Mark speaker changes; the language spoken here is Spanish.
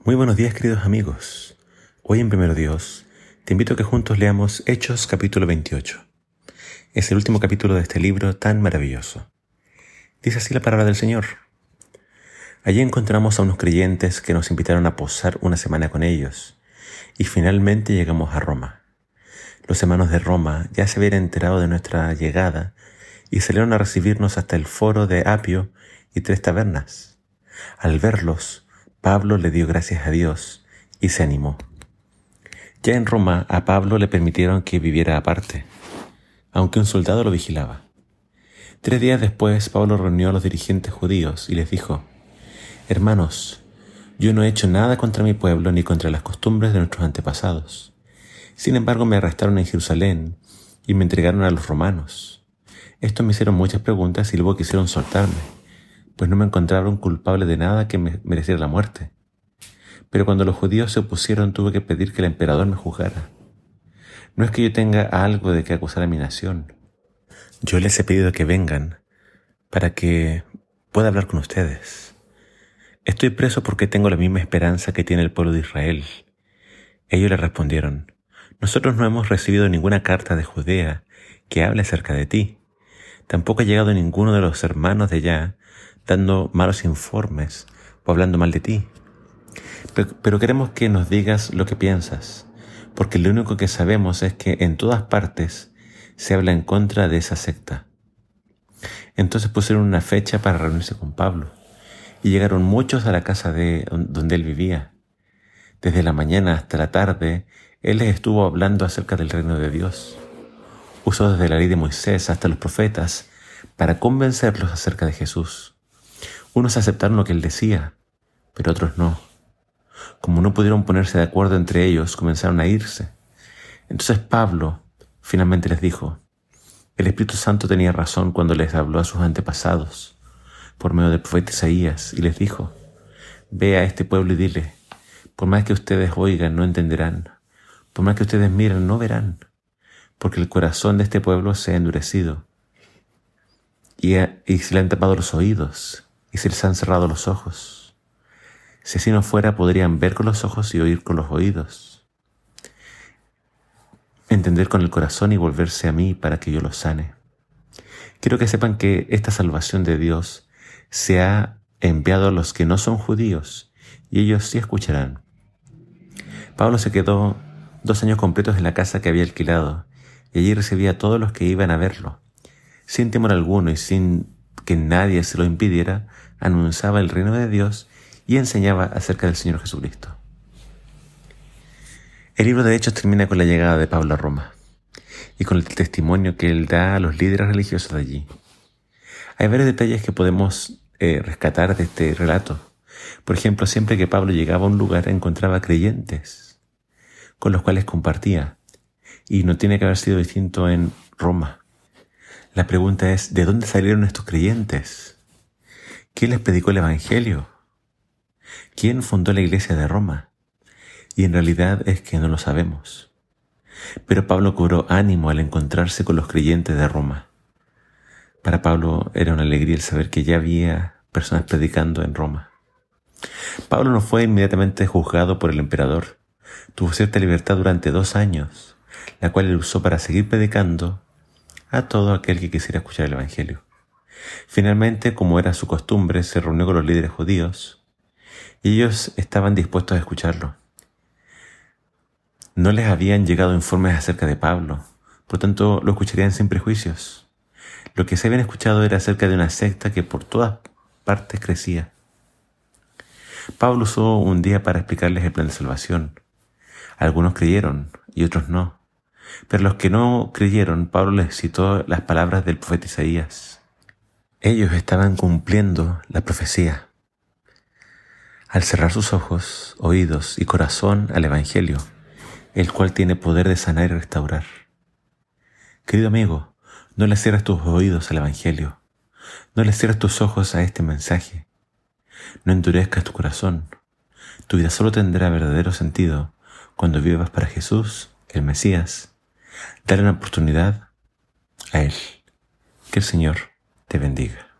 Speaker 1: Muy buenos días, queridos amigos. Hoy en Primero Dios te invito a que juntos leamos Hechos capítulo 28. Es el último capítulo de este libro tan maravilloso. Dice así la palabra del Señor. Allí encontramos a unos creyentes que nos invitaron a posar una semana con ellos y finalmente llegamos a Roma. Los hermanos de Roma ya se habían enterado de nuestra llegada y salieron a recibirnos hasta el foro de Apio y 3 tabernas. Al verlos, Pablo le dio gracias a Dios y se animó. Ya en Roma a Pablo le permitieron que viviera aparte, aunque un soldado lo vigilaba. 3 días después Pablo reunió a los dirigentes judíos y les dijo: Hermanos, yo no he hecho nada contra mi pueblo ni contra las costumbres de nuestros antepasados. Sin embargo me arrestaron en Jerusalén y me entregaron a los romanos. Estos me hicieron muchas preguntas y luego quisieron soltarme, pues no me encontraron culpable de nada que me mereciera la muerte. Pero cuando los judíos se opusieron, tuve que pedir que el emperador me juzgara. No es que yo tenga algo de que acusar a mi nación. Yo les he pedido que vengan para que pueda hablar con ustedes. Estoy preso porque tengo la misma esperanza que tiene el pueblo de Israel. Ellos le respondieron: Nosotros no hemos recibido ninguna carta de Judea que hable acerca de ti. Tampoco ha llegado ninguno de los hermanos de allá dando malos informes o hablando mal de ti. Pero queremos que nos digas lo que piensas, porque lo único que sabemos es que en todas partes se habla en contra de esa secta. Entonces pusieron una fecha para reunirse con Pablo, y llegaron muchos a la casa donde él vivía. Desde la mañana hasta la tarde, él les estuvo hablando acerca del reino de Dios. Usó desde la ley de Moisés hasta los profetas para convencerlos acerca de Jesús. Unos aceptaron lo que él decía, pero otros no. Como no pudieron ponerse de acuerdo entre ellos, comenzaron a irse. Entonces Pablo finalmente les dijo: El Espíritu Santo tenía razón cuando les habló a sus antepasados por medio del profeta Isaías, y les dijo: Ve a este pueblo y dile, por más que ustedes oigan, no entenderán, por más que ustedes miren, no verán, porque el corazón de este pueblo se ha endurecido, y se le han tapado los oídos, y se les han cerrado los ojos. Si así no fuera, podrían ver con los ojos y oír con los oídos, entender con el corazón y volverse a mí para que yo los sane. Quiero que sepan que esta salvación de Dios se ha enviado a los que no son judíos, y ellos sí escucharán. Pablo se quedó 2 años completos en la casa que había alquilado, y allí recibía a todos los que iban a verlo. Sin temor alguno y sin que nadie se lo impidiera, anunciaba el reino de Dios y enseñaba acerca del Señor Jesucristo. El libro de Hechos termina con la llegada de Pablo a Roma y con el testimonio que él da a los líderes religiosos de allí. Hay varios detalles que podemos rescatar de este relato. Por ejemplo, siempre que Pablo llegaba a un lugar encontraba creyentes con los cuales compartía, y no tiene que haber sido distinto en Roma. La pregunta es: ¿de dónde salieron estos creyentes? ¿Quién les predicó el Evangelio? ¿Quién fundó la iglesia de Roma? Y en realidad es que no lo sabemos. Pero Pablo cobró ánimo al encontrarse con los creyentes de Roma. Para Pablo era una alegría el saber que ya había personas predicando en Roma. Pablo no fue inmediatamente juzgado por el emperador. Tuvo cierta libertad durante 2 años, la cual él usó para seguir predicando a todo aquel que quisiera escuchar el Evangelio. Finalmente, como era su costumbre, se reunió con los líderes judíos y ellos estaban dispuestos a escucharlo. No les habían llegado informes acerca de Pablo, por tanto lo escucharían sin prejuicios. Lo que se habían escuchado era acerca de una secta que por todas partes crecía. Pablo usó un día para explicarles el plan de salvación. Algunos creyeron y otros no. Pero los que no creyeron, Pablo les citó las palabras del profeta Isaías. Ellos estaban cumpliendo la profecía al cerrar sus ojos, oídos y corazón al Evangelio, el cual tiene poder de sanar y restaurar. Querido amigo, no le cierres tus oídos al Evangelio. No le cierres tus ojos a este mensaje. No endurezcas tu corazón. Tu vida solo tendrá verdadero sentido cuando vivas para Jesús, el Mesías. Dale una oportunidad a Él. Que el Señor te bendiga.